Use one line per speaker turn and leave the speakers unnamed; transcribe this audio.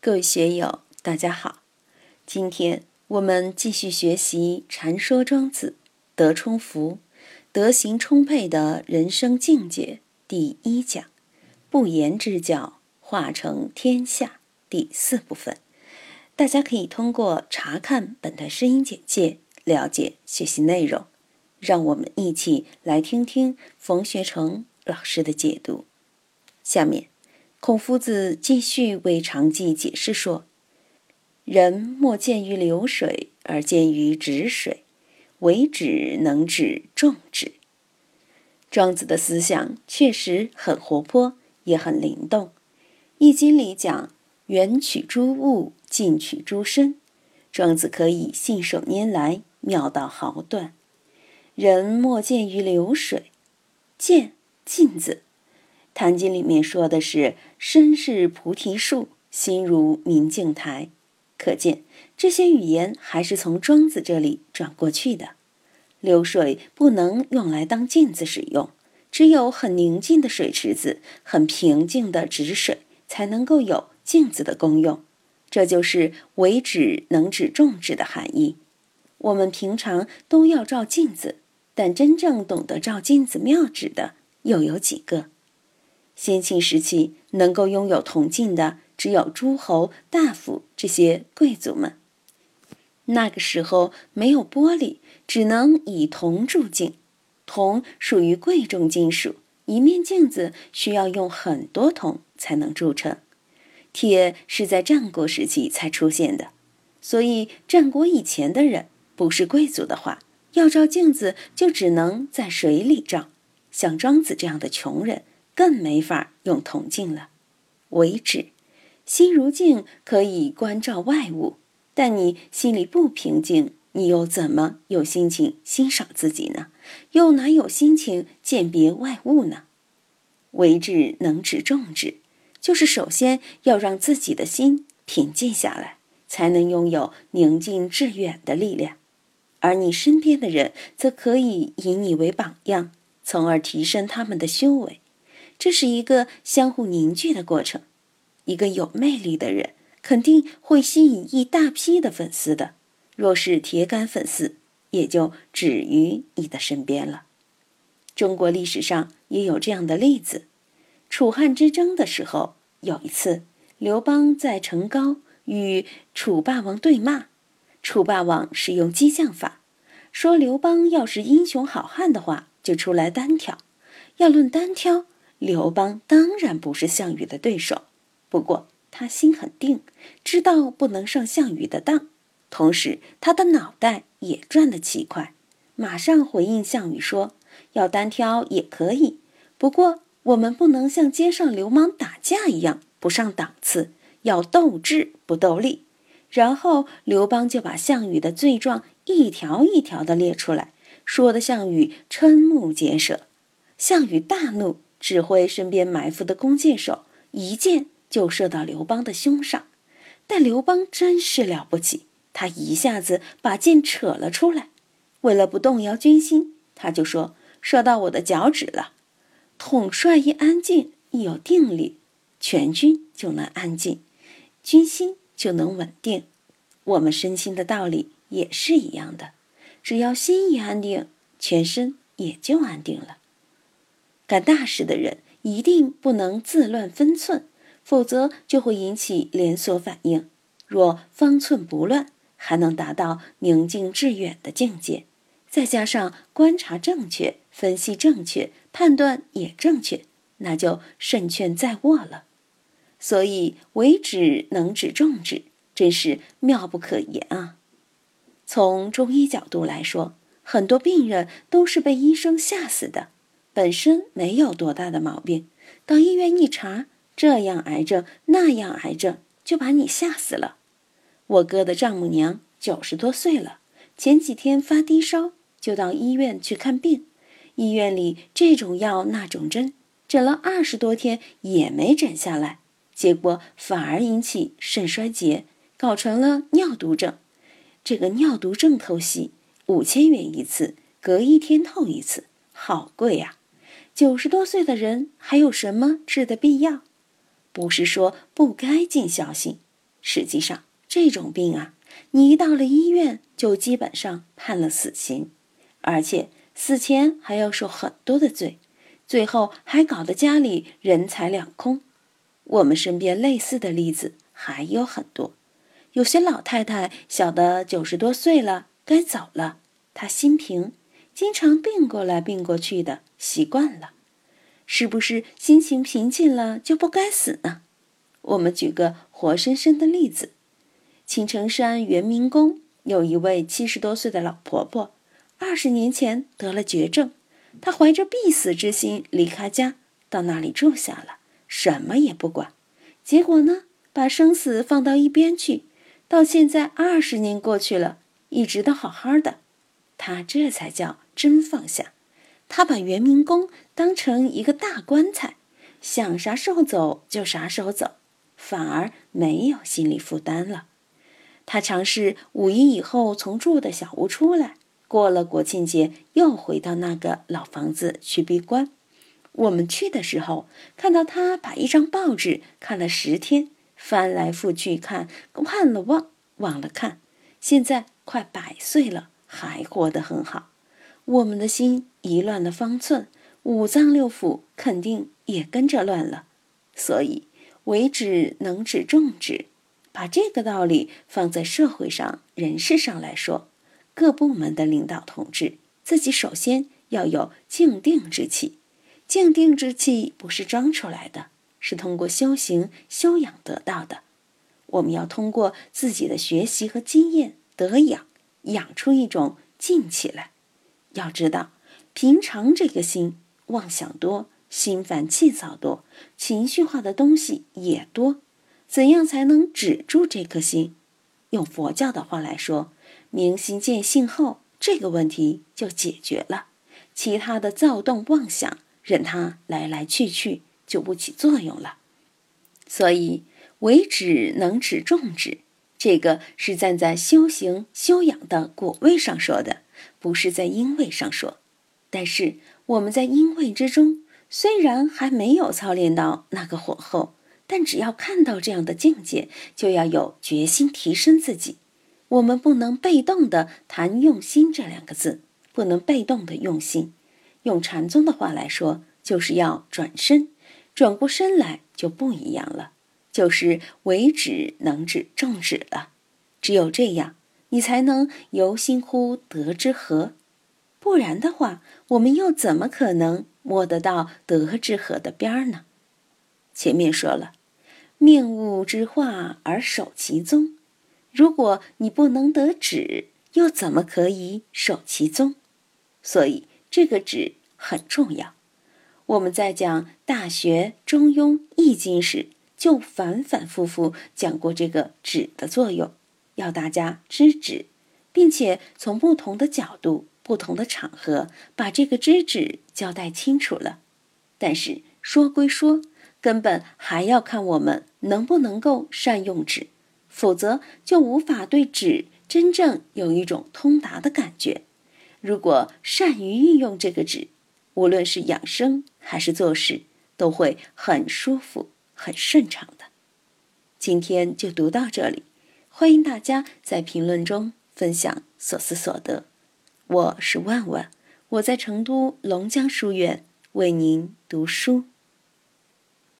各位学友，大家好。今天我们继续学习《禅说庄子》德充福，德行充沛的人生境界第1讲，不言之教，化成天下第4部分。大家可以通过查看本段声音简介了解学习内容。让我们一起来听听冯学成老师的解读。下面孔夫子继续为常记解释说，人莫见于流水，而见于止水，为止能止众止。庄子的思想确实很活泼，也很灵动。易经里讲远取诸物，近取诸身，庄子可以信手拈来，妙到毫断。人莫见于流水，见镜子。坛经里面说的是身是菩提树，心如明镜台。可见这些语言还是从庄子这里转过去的。流水不能用来当镜子使用，只有很宁静的水池子，很平静的止水，才能够有镜子的功用。这就是为止能止众止的含义。我们平常都要照镜子，但真正懂得照镜子妙旨的又有几个？先秦时期能够拥有铜镜的只有诸侯、大夫这些贵族们。那个时候没有玻璃，只能以铜铸镜。铜属于贵重金属，一面镜子需要用很多铜才能铸成。铁是在战国时期才出现的，所以战国以前的人不是贵族的话，要照镜子就只能在水里照。像庄子这样的穷人更没法用铜镜了。为止，心如镜可以观照外物，但你心里不平静，你又怎么有心情欣赏自己呢？又哪有心情鉴别外物呢？为止能止众止，就是首先要让自己的心平静下来，才能拥有宁静致远的力量。而你身边的人则可以以你为榜样，从而提升他们的修为。这是一个相互凝聚的过程。一个有魅力的人肯定会吸引一大批的粉丝的，若是铁杆粉丝，也就止于你的身边了。中国历史上也有这样的例子。楚汉之争的时候，有一次刘邦在成皋与楚霸王对骂，楚霸王使用激将法，说刘邦要是英雄好汉的话，就出来单挑。要论单挑，刘邦当然不是项羽的对手，不过他心很定，知道不能上项羽的当，同时他的脑袋也转得奇快，马上回应项羽说，要单挑也可以，不过我们不能像街上流氓打架一样不上档次，要斗智不斗力。然后刘邦就把项羽的罪状一条一条地列出来，说的项羽瞠目结舌。项羽大怒，指挥身边埋伏的弓箭手一箭就射到刘邦的胸上。但刘邦真是了不起，他一下子把箭扯了出来。为了不动摇军心，他就说，射到我的脚趾了。统帅一安静，一有定力，全军就能安静，军心就能稳定。我们身心的道理也是一样的，只要心一安定，全身也就安定了。干大事的人一定不能自乱分寸，否则就会引起连锁反应。若方寸不乱，还能达到宁静致远的境界。再加上观察正确，分析正确，判断也正确，那就胜券在握了。所以为止能止众止，真是妙不可言啊。从中医角度来说，很多病人都是被医生吓死的，本身没有多大的毛病，到医院一查，这样癌症那样癌症，就把你吓死了。我哥的丈母娘90多岁了，前几天发低烧，就到医院去看病。医院里这种药那种针，诊了20多天也没诊下来，结果反而引起肾衰竭，搞成了尿毒症。这个尿毒症透析5000元一次，隔1天透一次，好贵呀！90多岁的人还有什么治的必要？不是说不该尽孝心， 实际上，这种病啊，你一到了医院就基本上判了死刑，而且死前还要受很多的罪，最后还搞得家里人财两空。我们身边类似的例子还有很多。有些老太太小的90多岁了，该走了，她心平，经常病过来病过去的，习惯了。是不是心情平静了就不该死呢？我们举个活生生的例子，青城山圆明宫有一位70多岁的老婆婆，20年前得了绝症，她怀着必死之心离开家，到那里住下了，什么也不管。结果呢，把生死放到一边去，到现在20年过去了，一直都好好的。她这才叫真放下。她把圆明宫当成一个大棺材，想啥时候走就啥时候走，反而没有心理负担了。她尝试5一以后从住的小屋出来，过了国庆节又回到那个老房子去闭关。我们去的时候，看到她把一张报纸看了10天，翻来覆去看了忘了看，现在快100岁了，还活得很好。我们的心一乱了方寸，5脏6腑肯定也跟着乱了。所以为止能止重止，把这个道理放在社会上人事上来说，各部门的领导同志自己首先要有静定之气。静定之气不是装出来的，是通过修行修养得到的。我们要通过自己的学习和经验得养，养出一种静气来。要知道，平常这个心妄想多，心烦气躁多，情绪化的东西也多，怎样才能止住这颗心？用佛教的话来说，明心见性后，这个问题就解决了，其他的躁动妄想任它来来去去就不起作用了。所以为止能止重止，这个是站在修行修养的果位上说的，不是在因位上说。但是我们在因位之中，虽然还没有操练到那个火候，但只要看到这样的境界，就要有决心提升自己。我们不能被动地谈用心这2个字，不能被动地用心。用禅宗的话来说，就是要转身，转过身来就不一样了，就是为止能止重止了。只有这样，你才能由心乎得之和。不然的话，我们又怎么可能摸得到得之和的边儿呢？前面说了，面悟之化而守其宗。如果你不能得止，又怎么可以守其宗？所以这个止很重要。我们在讲《大学》《中庸》《易经》时，就反反复复讲过这个止的作用，要大家知止，并且从不同的角度、不同的场合把这个知止交代清楚了。但是说归说，根本还要看我们能不能够善用止，否则就无法对止真正有一种通达的感觉。如果善于运用这个止，无论是养生还是做事，都会很舒服、很顺畅的。今天就读到这里，欢迎大家在评论中分享所思所得。我是万万，我在成都龙江书院为您读书。